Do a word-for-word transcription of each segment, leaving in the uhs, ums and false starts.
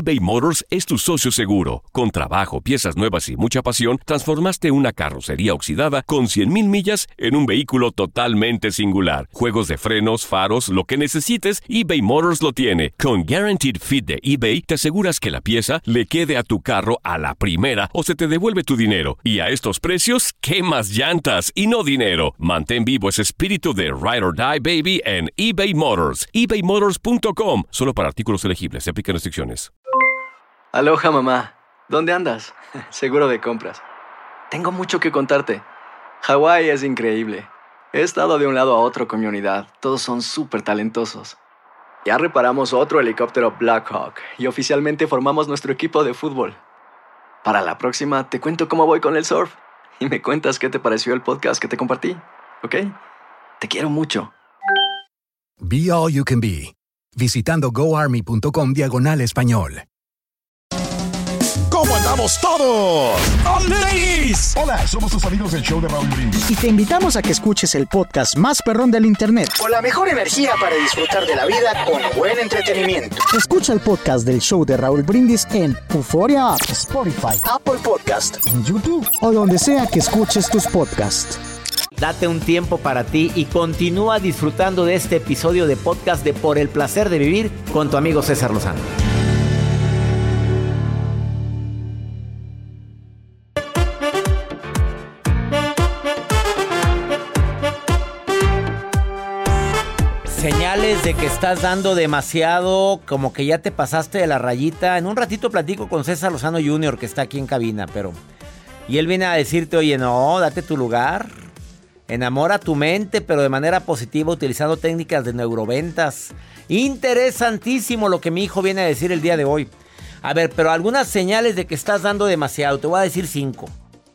eBay Motors es tu socio seguro. Con trabajo, piezas nuevas y mucha pasión, transformaste una carrocería oxidada con cien mil millas en un vehículo totalmente singular. Juegos de frenos, faros, lo que necesites, eBay Motors lo tiene. Con Guaranteed Fit de eBay, te aseguras que la pieza le quede a tu carro a la primera o se te devuelve tu dinero. Y a estos precios, ¿quemas llantas y no dinero? Mantén vivo ese espíritu de Ride or Die, baby, en eBay Motors. ebay motors punto com. Solo para artículos elegibles. Se aplican restricciones. Aloha, mamá. ¿Dónde andas? Seguro de compras. Tengo mucho que contarte. Hawái es increíble. He estado de un lado a otro con mi unidad. Todos son súper talentosos. Ya reparamos otro helicóptero Blackhawk y oficialmente formamos nuestro equipo de fútbol. Para la próxima te cuento cómo voy con el surf y me cuentas qué te pareció el podcast que te compartí, ¿ok? Te quiero mucho. Be All You Can Be, visitando goarmy.com diagonal español. ¿Cómo andamos todos? ¡Ladies! Hola, somos tus amigos del show de Raúl Brindis. Y te invitamos a que escuches el podcast más perrón del internet. Con la mejor energía para disfrutar de la vida con buen entretenimiento. Escucha el podcast del show de Raúl Brindis en Euforia App, Spotify, Apple Podcast, en YouTube o donde sea que escuches tus podcasts. Date un tiempo para ti y continúa disfrutando de este episodio de podcast de Por el Placer de Vivir con tu amigo César Lozano. Señales de que estás dando demasiado, como que ya te pasaste de la rayita. En un ratito platico con César Lozano junior, que está aquí en cabina, pero... Y él viene a decirte, oye, no, date tu lugar. Enamora tu mente, pero de manera positiva, utilizando técnicas de neuroventas. Interesantísimo lo que mi hijo viene a decir el día de hoy. A ver, pero algunas señales de que estás dando demasiado. Te voy a decir cinco.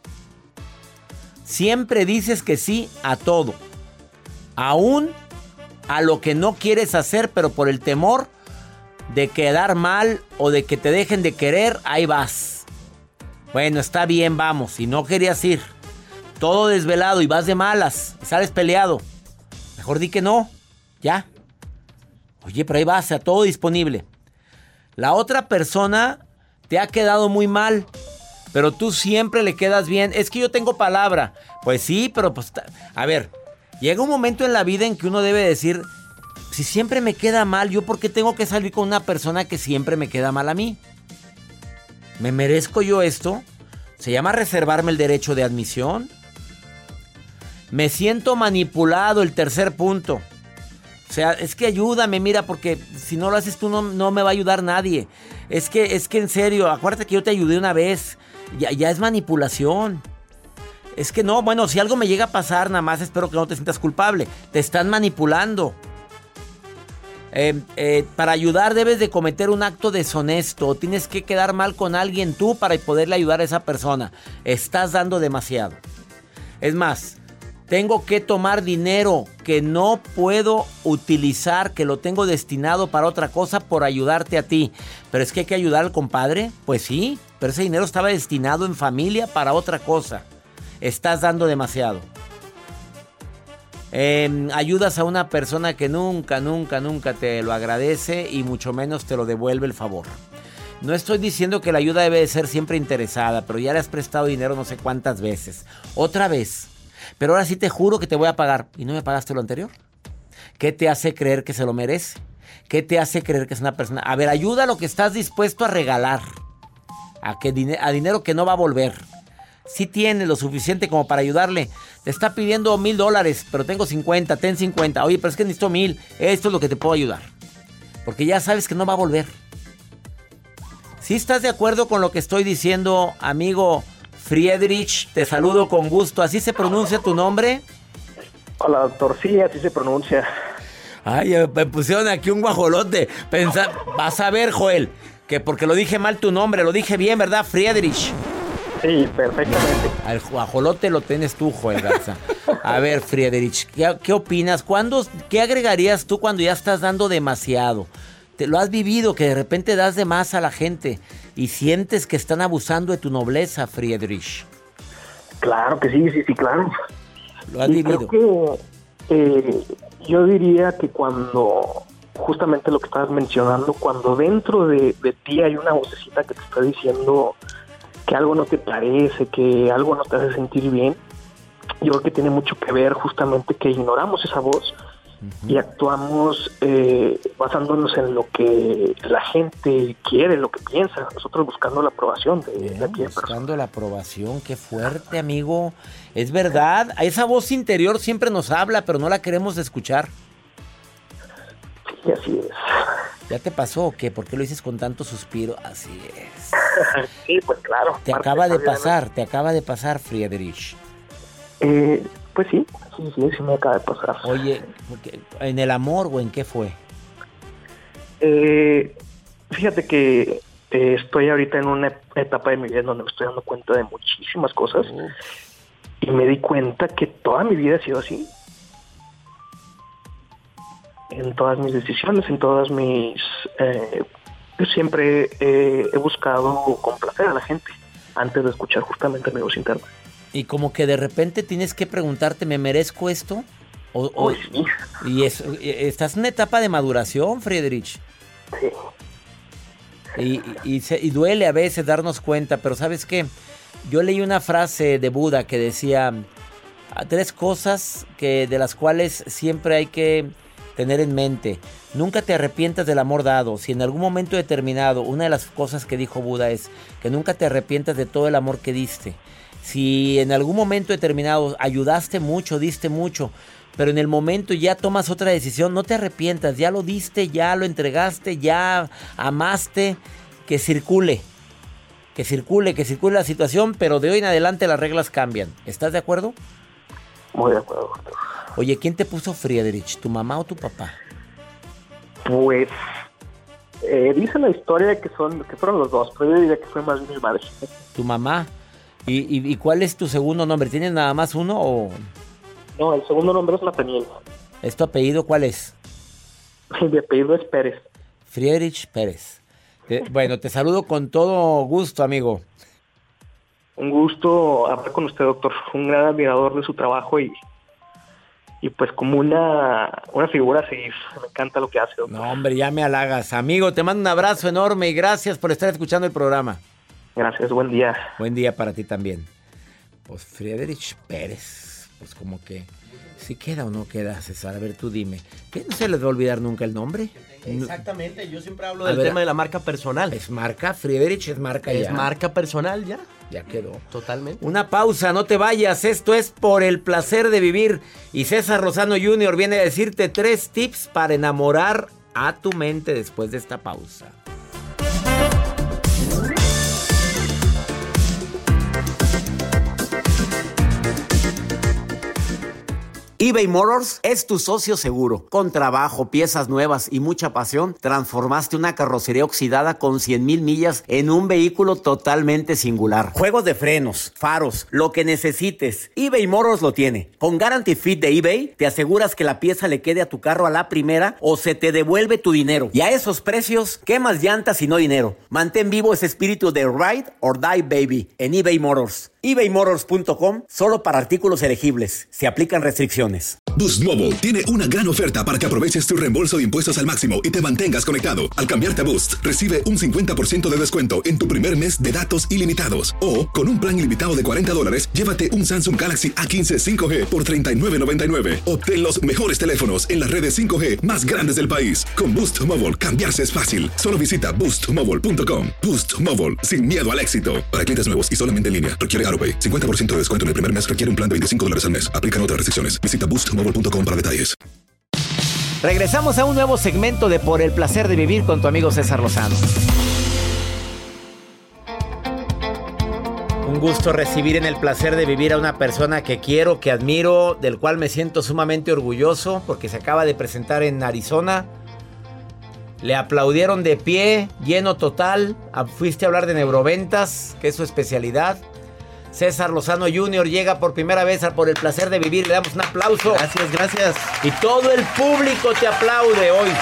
Siempre dices que sí a todo. Aún a lo que no quieres hacer, pero por el temor de quedar mal o de que te dejen de querer, ahí vas. Bueno, está bien, vamos. Si no querías ir, todo desvelado y vas de malas, y sales peleado, mejor di que no, ya. Oye, pero ahí vas, a todo disponible. La otra persona te ha quedado muy mal, pero tú siempre le quedas bien. Es que yo tengo palabra. Pues sí, pero pues, a ver, llega un momento en la vida en que uno debe decir, si siempre me queda mal, ¿yo por qué tengo que salir con una persona que siempre me queda mal a mí? ¿Me merezco yo esto? ¿Se llama reservarme el derecho de admisión? Me siento manipulado, el tercer punto. O sea, es que ayúdame, mira, porque si no lo haces tú no, no me va a ayudar nadie. Es que, es que en serio, acuérdate que yo te ayudé una vez. Ya, ya es manipulación. Es que no, bueno, si algo me llega a pasar, nada más espero que no te sientas culpable. Te están manipulando. Eh, eh, para ayudar debes de cometer un acto deshonesto. O tienes que quedar mal con alguien tú para poderle ayudar a esa persona. Estás dando demasiado. Es más, tengo que tomar dinero que no puedo utilizar, que lo tengo destinado para otra cosa por ayudarte a ti. Pero es que hay que ayudar al compadre. Pues sí, pero ese dinero estaba destinado en familia para otra cosa. Estás dando demasiado. Eh, ayudas a una persona que nunca, nunca, nunca te lo agradece y mucho menos te lo devuelve el favor. No estoy diciendo que la ayuda debe de ser siempre interesada, pero ya le has prestado dinero no sé cuántas veces. Otra vez. Pero ahora sí te juro que te voy a pagar. ¿Y no me pagaste lo anterior? ¿Qué te hace creer que se lo merece? ¿Qué te hace creer que es una persona? A ver, ayuda a lo que estás dispuesto a regalar. A, que, a dinero que no va a volver. Si tiene lo suficiente como para ayudarle. Te está pidiendo mil dólares, pero tengo cincuenta, ten cincuenta. Oye, pero es que necesito mil. Esto es lo que te puedo ayudar. Porque ya sabes que no va a volver. ¿Sí estás de acuerdo con lo que estoy diciendo, amigo Friedrich? Te saludo con gusto. ¿Así se pronuncia tu nombre? Hola, doctor. Sí, así se pronuncia. Ay, me pusieron aquí un guajolote. Pensa... Vas a ver, Joel, que porque lo dije mal tu nombre, lo dije bien, ¿verdad, Friedrich? Sí, perfectamente. Al guajolote lo tienes tú, Joel Garza. A ver, Friedrich, ¿qué, qué opinas? ¿Cuándo, ¿Qué agregarías tú cuando ya estás dando demasiado? ¿Te lo has vivido, que de repente das de más a la gente y sientes que están abusando de tu nobleza, Friedrich? Claro que sí, sí, sí, claro. ¿Lo has y vivido? Creo que eh, yo diría que cuando justamente lo que estabas mencionando, cuando dentro de, de ti hay una vocecita que te está diciendo que algo no te parece, que algo no te hace sentir bien, yo creo que tiene mucho que ver justamente que ignoramos esa voz uh-huh. y actuamos eh, basándonos en lo que la gente quiere, lo que piensa, nosotros buscando la aprobación de, Bien, de aquella buscando persona. la aprobación, qué fuerte, amigo. Es verdad, esa voz interior siempre nos habla, pero no la queremos escuchar. Sí, así es. ¿Ya te pasó o qué? ¿Por qué lo dices con tanto suspiro? Así es. Sí, pues claro. Te acaba de pasar, te acaba de pasar, Friedrich. Eh, pues sí, sí, sí, sí me acaba de pasar. Oye, ¿en el amor o en qué fue? Eh, fíjate que eh, estoy ahorita en una etapa de mi vida en donde me estoy dando cuenta de muchísimas cosas Uf. y me di cuenta que toda mi vida ha sido así. En todas mis decisiones, en todas mis... Eh, yo siempre eh, he buscado complacer a la gente antes de escuchar justamente mi voz interna. Y como que de repente tienes que preguntarte, ¿me merezco esto? O, oh, o, sí. Y es, estás en una etapa de maduración, Friedrich. Sí. Y, y, se, y duele a veces darnos cuenta, pero ¿sabes qué? Yo leí una frase de Buda que decía tres cosas que de las cuales siempre hay que tener en mente. Nunca te arrepientas del amor dado. Si en algún momento determinado, una de las cosas que dijo Buda es que nunca te arrepientas de todo el amor que diste. Si en algún momento determinado ayudaste mucho, diste mucho, pero en el momento ya tomas otra decisión, no te arrepientas, ya lo diste, ya lo entregaste, ya amaste, que circule, que circule, que circule la situación, pero de hoy en adelante las reglas cambian. ¿Estás de acuerdo? Muy de acuerdo, doctor. Oye, ¿quién te puso Friedrich, tu mamá o tu papá? Pues, eh, dice la historia que son que fueron los dos, pero yo diría que fue más mi madre. ¿Tu mamá? ¿Y, y, y cuál es tu segundo nombre? ¿Tienes nada más uno o...? No, el segundo nombre es Nathaniel. ¿Es tu apellido? ¿Cuál es? Mi apellido es Pérez. Friedrich Pérez. Te, bueno, te saludo con todo gusto, amigo. Un gusto hablar con usted, doctor. Un gran admirador de su trabajo y, y pues como una, una figura a seguir. Me encanta lo que hace, doctor. No, hombre, ya me halagas. Amigo, te mando un abrazo enorme y gracias por estar escuchando el programa. Gracias, buen día. Buen día para ti también. Pues Friedrich Pérez, pues como que ¿sí queda o no queda, César? A ver, tú dime. ¿Qué no se les va a olvidar nunca el nombre? Exactamente, yo siempre hablo del ver, tema de la marca personal. ¿Es marca? Friedrich es marca es ya. Es marca personal ya. Ya quedó. Totalmente. Una pausa, no te vayas. Esto es Por el Placer de Vivir. Y César Lozano junior viene a decirte tres tips para enamorar a tu mente después de esta pausa. eBay Motors es tu socio seguro. Con trabajo, piezas nuevas y mucha pasión, transformaste una carrocería oxidada con cien mil millas en un vehículo totalmente singular. Juegos de frenos, faros, lo que necesites, eBay Motors lo tiene. Con Guarantee Fit de eBay, te aseguras que la pieza le quede a tu carro a la primera o se te devuelve tu dinero. Y a esos precios, ¿qué más llantas y no dinero? Mantén vivo ese espíritu de Ride or Die Baby en eBay Motors. ebay motors punto com, solo para artículos elegibles. Se aplican restricciones. Boost Mobile tiene una gran oferta para que aproveches tu reembolso de impuestos al máximo y te mantengas conectado. Al cambiarte a Boost, recibe un cincuenta por ciento de descuento en tu primer mes de datos ilimitados. O, con un plan ilimitado de cuarenta dólares, llévate un Samsung Galaxy A quince cinco G por treinta y nueve noventa y nueve. Obtén los mejores teléfonos en las redes cinco G más grandes del país. Con Boost Mobile, cambiarse es fácil. Solo visita boost mobile punto com. Boost Mobile, sin miedo al éxito. Para clientes nuevos y solamente en línea, requiere AutoPay. cincuenta por ciento de descuento en el primer mes requiere un plan de veinticinco dólares al mes. Aplican otras restricciones. Visita boost mobile punto com para detalles. Regresamos a un nuevo segmento de Por el Placer de Vivir con tu amigo César Lozano. Un gusto recibir en el placer de vivir a una persona que quiero, que admiro, del cual me siento sumamente orgulloso porque se acaba de presentar en Arizona. Le aplaudieron de pie, lleno total. Fuiste a hablar de neuroventas, que es su especialidad. César Lozano junior llega por primera vez a Por el Placer de Vivir. Le damos un aplauso. Gracias, gracias. Y todo el público te aplaude hoy.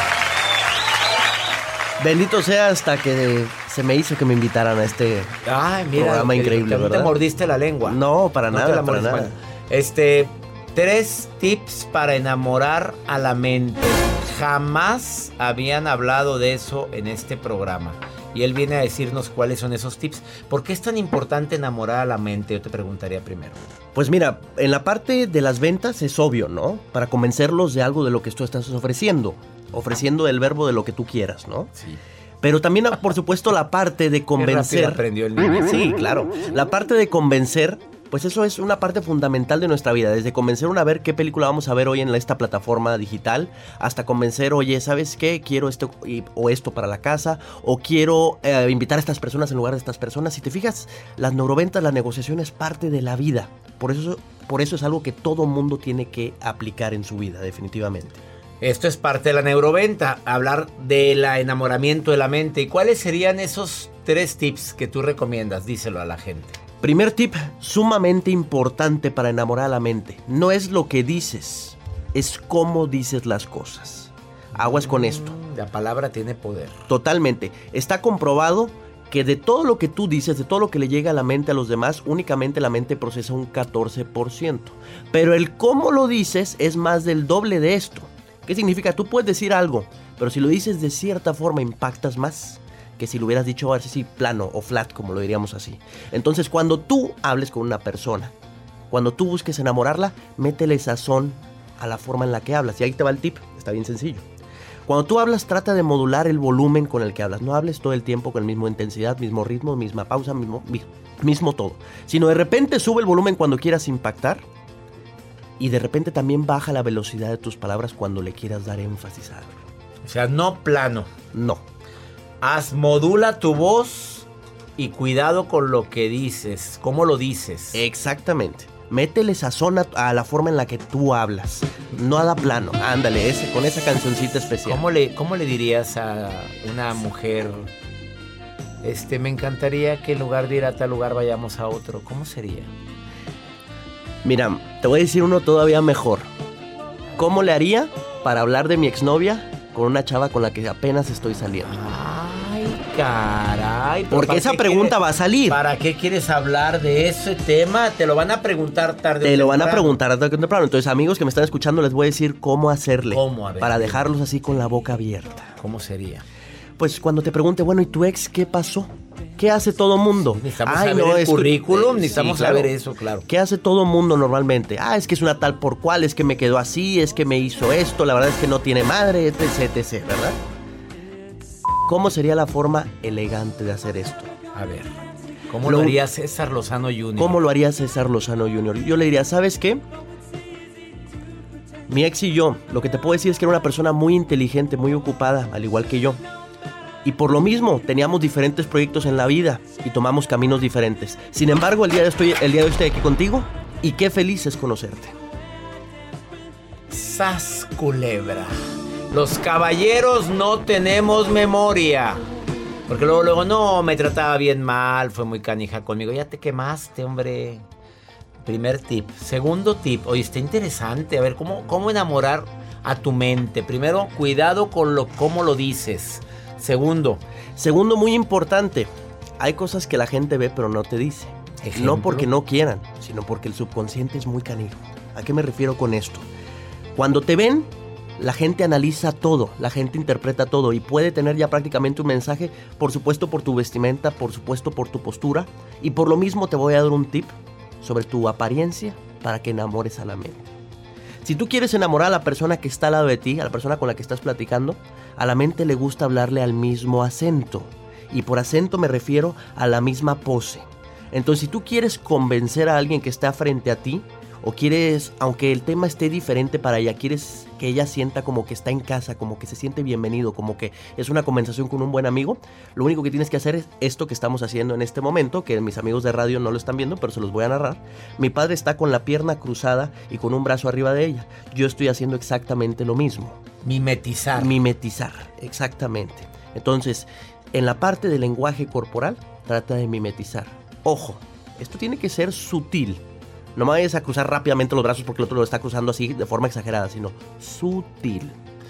Bendito sea hasta que se me hizo que me invitaran a este Ay, mira, programa que, increíble, que ¿verdad? ¿No te mordiste la lengua? No, para no nada, para nada. Bueno, este, tres tips para enamorar a la mente. jamás habían hablado de eso en este programa. Y él viene a decirnos cuáles son esos tips. ¿Por qué es tan importante enamorar a la mente? Yo te preguntaría primero. Pues mira, en la parte de las ventas es obvio, ¿no? Para convencerlos de algo de lo que tú estás ofreciendo. Ofreciendo el verbo de lo que tú quieras, ¿no? Sí. Pero también, por supuesto, la parte de convencer... Qué rápido aprendió el niño. Sí, claro. La parte de convencer, pues eso es una parte fundamental de nuestra vida. Desde convencer a ver qué película vamos a ver hoy en esta plataforma digital, hasta convencer, oye, ¿sabes qué? Quiero esto o esto para la casa, o quiero eh, invitar a estas personas en lugar de estas personas. Si te fijas, las neuroventas, la negociación es parte de la vida. Por eso, por eso es algo que todo mundo tiene que aplicar en su vida, definitivamente. Esto es parte de la neuroventa, hablar del enamoramiento de la mente. ¿Y cuáles serían esos tres tips que tú recomiendas? Díselo a la gente. Primer tip, sumamente importante para enamorar a la mente. No es lo que dices, es cómo dices las cosas. Aguas con esto. La palabra tiene poder. Totalmente. Está comprobado que de todo lo que tú dices, de todo lo que le llega a la mente a los demás, únicamente la mente procesa un catorce por ciento. Pero el cómo lo dices es más del doble de esto. ¿Qué significa? Tú puedes decir algo, pero si lo dices de cierta forma impactas más que si lo hubieras dicho así, sí, plano o flat, como lo diríamos así. Entonces, cuando tú hables con una persona, cuando tú busques enamorarla, métele sazón a la forma en la que hablas. Y ahí te va el tip, está bien sencillo. Cuando tú hablas, trata de modular el volumen con el que hablas. No hables todo el tiempo con la misma intensidad, mismo ritmo, misma pausa, mismo, mismo todo. Sino de repente sube el volumen cuando quieras impactar. Y de repente también baja la velocidad de tus palabras cuando le quieras dar énfasis a algo. O sea, no plano. No. Haz, modula tu voz y cuidado con lo que dices. ¿Cómo lo dices? Exactamente. Métele sazón a, a la forma en la que tú hablas. No a la plano. Ándale, ese, con esa cancioncita especial. ¿Cómo le, cómo le dirías a una mujer? Este, me encantaría que en lugar de ir a tal lugar vayamos a otro. ¿Cómo sería? Mira, te voy a decir uno todavía mejor. ¿Cómo le haría para hablar de mi exnovia con una chava con la que apenas estoy saliendo? Ay, caray. Porque esa pregunta quieres, va a salir. ¿Para qué quieres hablar de ese tema? Te lo van a preguntar tarde o temprano. Te lo van a preguntar tarde o temprano. Entonces, amigos que me están escuchando, les voy a decir cómo hacerle. ¿Cómo? A ver, para dejarlos así con la boca abierta. ¿Cómo sería? Pues cuando te pregunte, bueno, ¿y tu ex qué pasó? ¿Qué hace todo mundo? Necesitamos Ay, saber no, el currículum, que, necesitamos sí, claro. saber eso, claro. ¿Qué hace todo mundo normalmente? Ah, es que es una tal por cual, es que me quedó así, es que me hizo esto, la verdad es que no tiene madre, etc, etc, ¿verdad? ¿Cómo sería la forma elegante de hacer esto? A ver, ¿cómo lo, lo haría César Lozano junior? ¿Cómo lo haría César Lozano junior? Yo le diría, ¿sabes qué? Mi ex y yo, lo que te puedo decir es que era una persona muy inteligente, muy ocupada, al igual que yo. Y por lo mismo, teníamos diferentes proyectos en la vida y tomamos caminos diferentes. Sin embargo, el día de hoy estoy, el día de hoy estoy aquí contigo y qué feliz es conocerte. Sas culebra. Los caballeros no tenemos memoria. Porque luego, luego, no, me trataba bien mal, fue muy canija conmigo. Ya te quemaste, hombre. Primer tip. Segundo tip. Oye, está interesante. A ver, ¿cómo, cómo enamorar a tu mente? Primero, cuidado con lo, cómo lo dices. Segundo. Segundo, muy importante. Hay cosas que la gente ve pero no te dice. ¿Ejemplo? No porque no quieran, sino porque el subconsciente es muy canijo. ¿A qué me refiero con esto? Cuando te ven, la gente analiza todo, la gente interpreta todo y puede tener ya prácticamente un mensaje, por supuesto por tu vestimenta, por supuesto por tu postura. Y por lo mismo te voy a dar un tip sobre tu apariencia para que enamores a la mente. Si tú quieres enamorar a la persona que está al lado de ti, a la persona con la que estás platicando, a la mente le gusta hablarle al mismo acento. Y por acento me refiero a la misma pose. Entonces, si tú quieres convencer a alguien que está frente a ti, o quieres, aunque el tema esté diferente para ella, quieres que ella sienta como que está en casa, como que se siente bienvenido, como que es una conversación con un buen amigo, lo único que tienes que hacer es esto que estamos haciendo en este momento, que mis amigos de radio no lo están viendo, pero se los voy a narrar. Mi padre está con la pierna cruzada y con un brazo arriba de ella. Yo estoy haciendo exactamente lo mismo. Mimetizar. Mimetizar, exactamente. Entonces, en la parte del lenguaje corporal, trata de mimetizar. Ojo, esto tiene que ser sutil. No me vayas a cruzar rápidamente los brazos porque el otro lo está cruzando así de forma exagerada, sino sutil.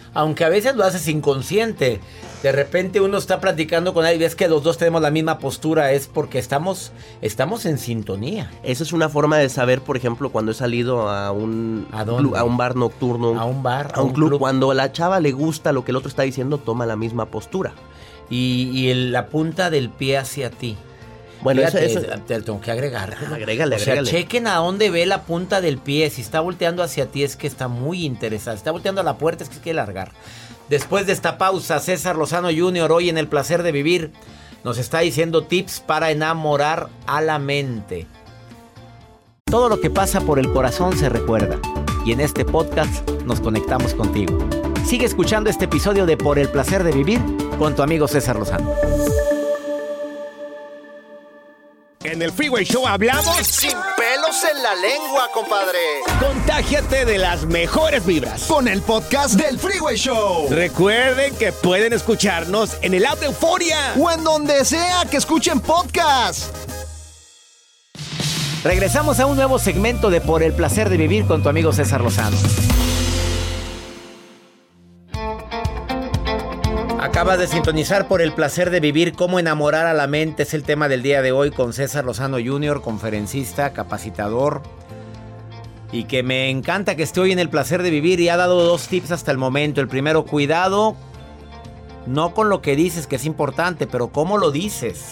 Aunque a veces lo haces inconsciente. De repente uno está platicando con él y ves que los dos tenemos la misma postura. Es porque estamos, estamos en sintonía. Esa es una forma de saber, por ejemplo, cuando he salido a un, ¿A dónde? a un bar nocturno. A un bar, a un, club. club. Cuando a la chava le gusta lo que el otro está diciendo, toma la misma postura. Y, y el, la punta del pie hacia ti. Bueno, Fíjate, eso, eso... te lo tengo que agregar. Ah, agrégale, o sea, agrégale. chequen a dónde ve la punta del pie. Si está volteando hacia ti es que está muy interesado. Si está volteando a la puerta es que quiere largar. Después de esta pausa, César Lozano junior hoy en El Placer de Vivir nos está diciendo tips para enamorar a la mente. Todo lo que pasa por el corazón se recuerda. Y en este podcast nos conectamos contigo. Sigue escuchando este episodio de Por el Placer de Vivir con tu amigo César Lozano. En el Freeway Show hablamos sin pelos en la lengua, compadre. Contágiate de las mejores vibras con el podcast del Freeway Show. Recuerden que pueden escucharnos en el app de Euforia o en donde sea que escuchen podcast. Regresamos a un nuevo segmento de Por el Placer de Vivir con tu amigo César Lozano. Acabas de sintonizar Por el Placer de Vivir, cómo enamorar a la mente. Es el tema del día de hoy con César Lozano junior, conferencista, capacitador. Y que me encanta que esté hoy en El Placer de Vivir y ha dado dos tips hasta el momento. El primero, cuidado, no con lo que dices, que es importante, pero cómo lo dices.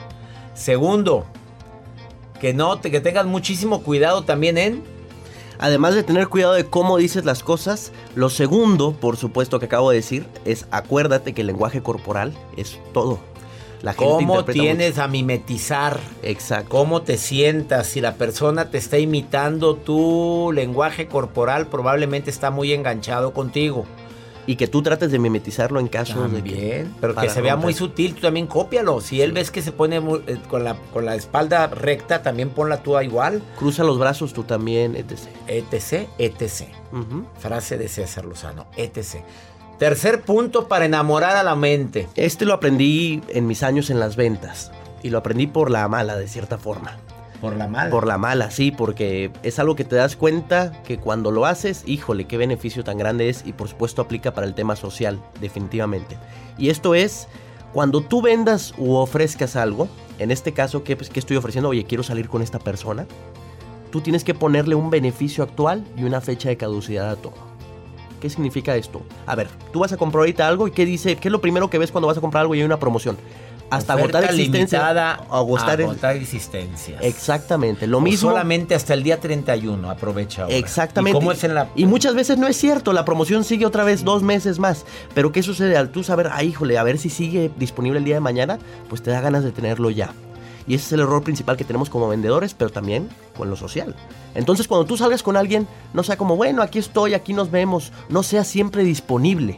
Segundo, que, no, que tengas muchísimo cuidado también en... Además de tener cuidado de cómo dices las cosas, lo segundo, por supuesto, que acabo de decir, es acuérdate que el lenguaje corporal es todo. La gente ¿Cómo tienes mucho. a mimetizar? Exacto. ¿Cómo te sientas? Si la persona te está imitando, tu lenguaje corporal probablemente está muy enganchado contigo. Y que tú trates de mimetizarlo en caso también, de que... pero que se vea muy sutil, tú también cópialo. Si sí. él ves que se pone muy, eh, con, la, con la espalda recta, también ponla tú igual. Cruza los brazos tú también, etcétera. Etc, etcétera. Uh-huh. Frase de César Lozano, etcétera. Tercer punto para enamorar a la mente. Este lo aprendí en mis años en las ventas. Y lo aprendí por la mala, de cierta forma. ¿Por la mala? Por la mala, sí, porque es algo que te das cuenta que cuando lo haces, híjole, qué beneficio tan grande es. Y por supuesto aplica para el tema social, definitivamente. Y esto es, cuando tú vendas u ofrezcas algo, en este caso, ¿qué, pues, ¿qué estoy ofreciendo? Oye, quiero salir con esta persona. Tú tienes que ponerle un beneficio actual y una fecha de caducidad a todo. ¿Qué significa esto? A ver, tú vas a comprar ahorita algo y ¿qué dice? ¿Qué es lo primero que ves cuando vas a comprar algo y hay una promoción? Hasta oferta agotar existencia. Limitada agotar, agotar existencias. Exactamente. Lo o mismo. Solamente hasta el día treinta y uno. Aprovecha ahora. Exactamente. ¿Y cómo es en la... y muchas veces no es cierto. La promoción sigue otra vez dos meses más. Pero ¿qué sucede? Al tú saber, ah, híjole, a ver si sigue disponible el día de mañana, pues te da ganas de tenerlo ya. Y ese es el error principal que tenemos como vendedores, pero también con lo social. Entonces, cuando tú salgas con alguien, no sea como, bueno, aquí estoy, aquí nos vemos. No sea siempre disponible.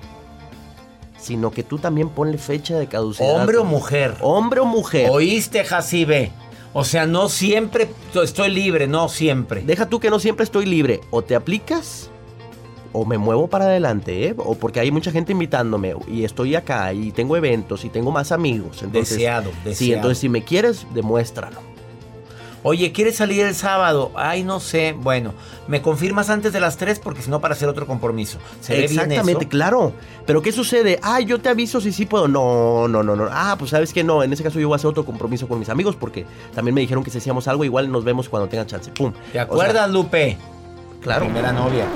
Sino que tú también ponle fecha de caducidad. Hombre o mujer. Hombre o mujer. ¿Oíste, Jacibe? O sea, no siempre estoy libre, no siempre. Deja tú que no siempre estoy libre. O te aplicas, o me muevo para adelante, ¿eh? O porque hay mucha gente invitándome, y estoy acá, y tengo eventos, y tengo más amigos. Entonces, deseado, deseado. Sí, entonces si me quieres, demuéstralo. Oye, ¿quieres salir el sábado? Ay, no sé. Bueno, ¿me confirmas antes de las tres? Porque si no, para hacer otro compromiso. ¿Se ve bien eso? Exactamente, claro. Pero ¿qué sucede? Ah, yo te aviso si sí puedo. No, no, no, no. Ah, pues ¿sabes qué? No, en ese caso yo voy a hacer otro compromiso con mis amigos porque también me dijeron que si hacíamos algo, igual nos vemos cuando tengan chance. Pum. ¿Te acuerdas, o sea, Lupe? Claro. Mi primera novia.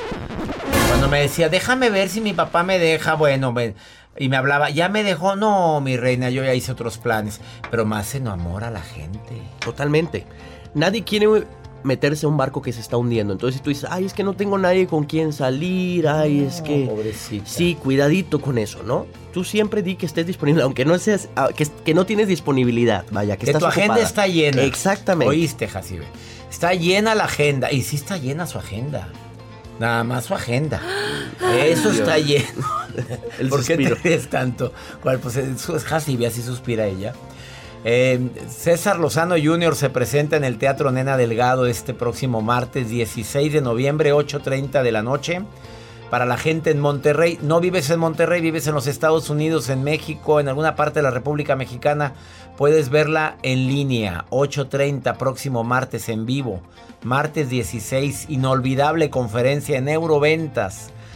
Cuando me decía, déjame ver si mi papá me deja, bueno, ven. Y me hablaba, ¿ya me dejó? No, mi reina, yo ya hice otros planes. Pero más se enamora a la gente. Totalmente. Nadie quiere meterse a un barco que se está hundiendo. Entonces si tú dices, ay, es que no tengo nadie con quien salir, ay, es que... No, pobrecita. Sí, cuidadito con eso, ¿no? Tú siempre di que estés disponible, aunque no seas, que, que no tienes disponibilidad, vaya, que, que estás tu ocupada. Agenda está llena. Exactamente. Oíste, Jacibe. Está llena la agenda. Y sí está llena su agenda. Nada más su agenda. Eso Dios. Está lleno. El ¿Por suspiro. Qué te ríes tanto? ¿Cuál? Pues es Jacibe, así suspira ella. Eh, César Lozano junior se presenta en el Teatro Nena Delgado este próximo martes dieciséis de noviembre, ocho treinta de la noche. Para la gente en Monterrey. No vives en Monterrey, vives en los Estados Unidos, en México, en alguna parte de la República Mexicana. Puedes verla en línea, ocho treinta, próximo martes en vivo. Martes dieciséis, inolvidable conferencia en Neuroventas.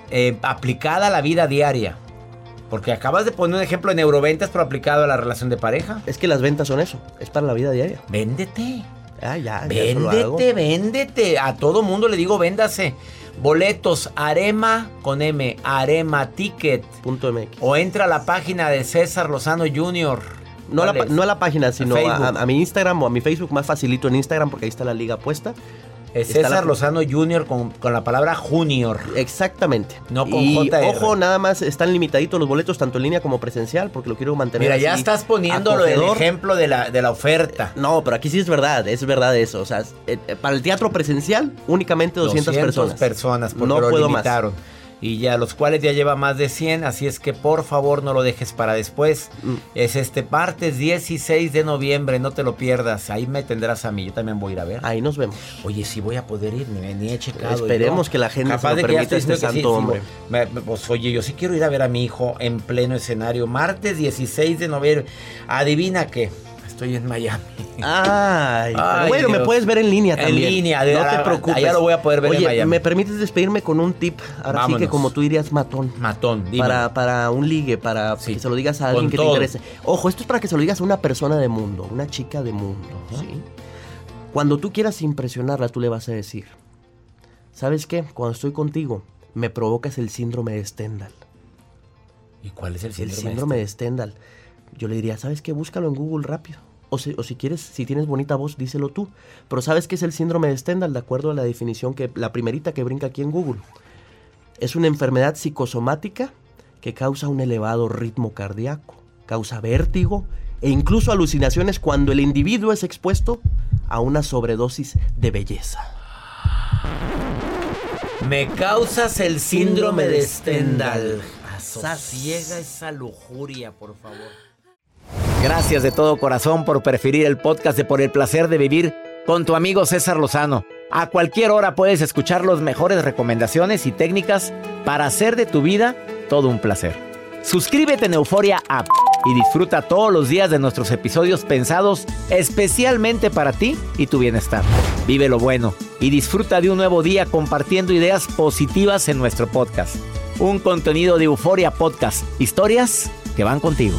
eh, aplicada a la vida diaria. Porque acabas de poner un ejemplo de neuroventas, pero aplicado a la relación de pareja. Es que las ventas son eso, es para la vida diaria. Véndete. Ah, ya, Véndete, véndete. A todo mundo le digo, véndase. Boletos, Arema con M, Arema Ticket. Punto M X. O entra a la página de César Lozano junior No, la, no a la página, sino a, a, a mi Instagram o a mi Facebook. Más facilito en Instagram porque ahí está la liga puesta. Es César la... Lozano junior con, con la palabra junior. Exactamente. No con y J R. Ojo, nada más están limitaditos los boletos, tanto en línea como presencial, porque lo quiero mantener. Mira, así, ya estás poniéndolo el ejemplo de la, de la oferta. No, pero aquí sí es verdad, es verdad eso. O sea, eh, para el teatro presencial, únicamente doscientas personas. personas, porque no lo puedo limitaron. Más. Y ya los cuales ya lleva más de cien, así es que por favor no lo dejes para después. Mm. Es este martes dieciséis de noviembre, no te lo pierdas. Ahí me tendrás a mí, yo también voy a ir a ver. Ahí nos vemos. Oye, sí voy a poder ir, ni, ni he checado. Esperemos yo. que la gente Capaz se lo permita este santo sí, hombre. Sí, me, pues oye, yo sí quiero ir a ver a mi hijo en pleno escenario. Martes dieciséis de noviembre. Adivina qué. Estoy en Miami. Ay, Ay bueno, Dios. Me puedes ver en línea también. En línea, de no la, te preocupes. Allá lo voy a poder ver. Oye, en Miami. ¿me permites despedirme con un tip? Ahora Vámonos. sí que como tú dirías, matón. Matón, dime. Para, para un ligue, para sí. que se lo digas a alguien con que todo. te interese. Ojo, esto es para que se lo digas a una persona de mundo, una chica de mundo. Uh-huh. ¿Sí? Cuando tú quieras impresionarla, tú le vas a decir, ¿sabes qué? Cuando estoy contigo, me provocas el síndrome de Stendhal. ¿Y cuál es el síndrome? El síndrome de Stendhal. Yo le diría, ¿sabes qué? Búscalo en Google rápido. O si, o si quieres, si tienes bonita voz, díselo tú. Pero ¿sabes qué es el síndrome de Stendhal? De acuerdo a la definición, que la primerita que brinca aquí en Google. Es una enfermedad psicosomática que causa un elevado ritmo cardíaco, causa vértigo e incluso alucinaciones cuando el individuo es expuesto a una sobredosis de belleza. Me causas el síndrome de Stendhal. Sosiega esa lujuria, por favor. Gracias de todo corazón por preferir el podcast de Por el Placer de Vivir con tu amigo César Lozano. A cualquier hora puedes escuchar las mejores recomendaciones y técnicas para hacer de tu vida todo un placer. Suscríbete en Euforia App y disfruta todos los días de nuestros episodios pensados especialmente para ti y tu bienestar. Vive lo bueno y disfruta de un nuevo día compartiendo ideas positivas en nuestro podcast. Un contenido de Euforia Podcast. Historias que van contigo.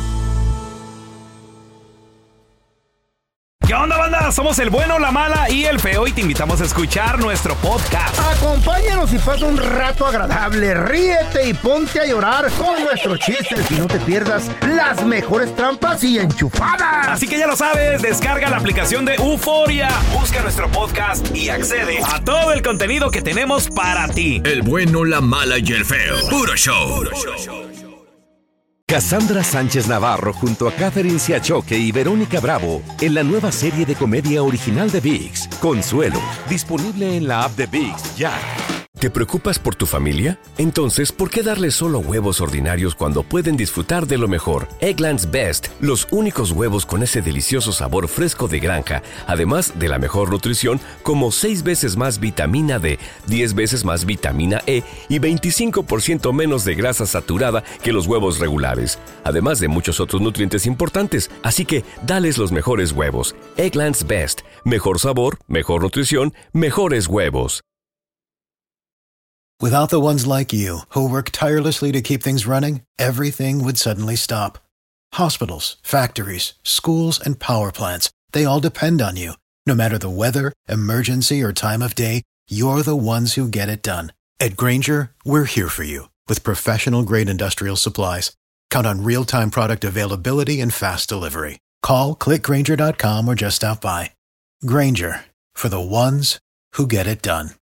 ¿Qué onda, banda? Somos el bueno, la mala y el feo y te invitamos a escuchar nuestro podcast. Acompáñanos y pasa un rato agradable. Ríete y ponte a llorar con nuestros chistes y no te pierdas las mejores trampas y enchufadas. Así que ya lo sabes, descarga la aplicación de Euforia, busca nuestro podcast y accede a todo el contenido que tenemos para ti. El bueno, la mala y el feo. Puro show. Puro show. Cassandra Sánchez Navarro junto a Catherine Siachoque y Verónica Bravo en la nueva serie de comedia original de ViX, Consuelo, disponible en la app de ViX ya. ¿Te preocupas por tu familia? Entonces, ¿por qué darles solo huevos ordinarios cuando pueden disfrutar de lo mejor? Eggland's Best, los únicos huevos con ese delicioso sabor fresco de granja, además de la mejor nutrición, como seis veces más vitamina D, diez veces más vitamina E y veinticinco por ciento menos de grasa saturada que los huevos regulares, además de muchos otros nutrientes importantes. Así que, dales los mejores huevos. Eggland's Best, mejor sabor, mejor nutrición, mejores huevos. Without the ones like you, who work tirelessly to keep things running, everything would suddenly stop. Hospitals, factories, schools, and power plants, they all depend on you. No matter the weather, emergency, or time of day, you're the ones who get it done. At Grainger, we're here for you with professional-grade industrial supplies. Count on real-time product availability and fast delivery. Call, click Grainger dot com, or just stop by. Grainger, for the ones who get it done.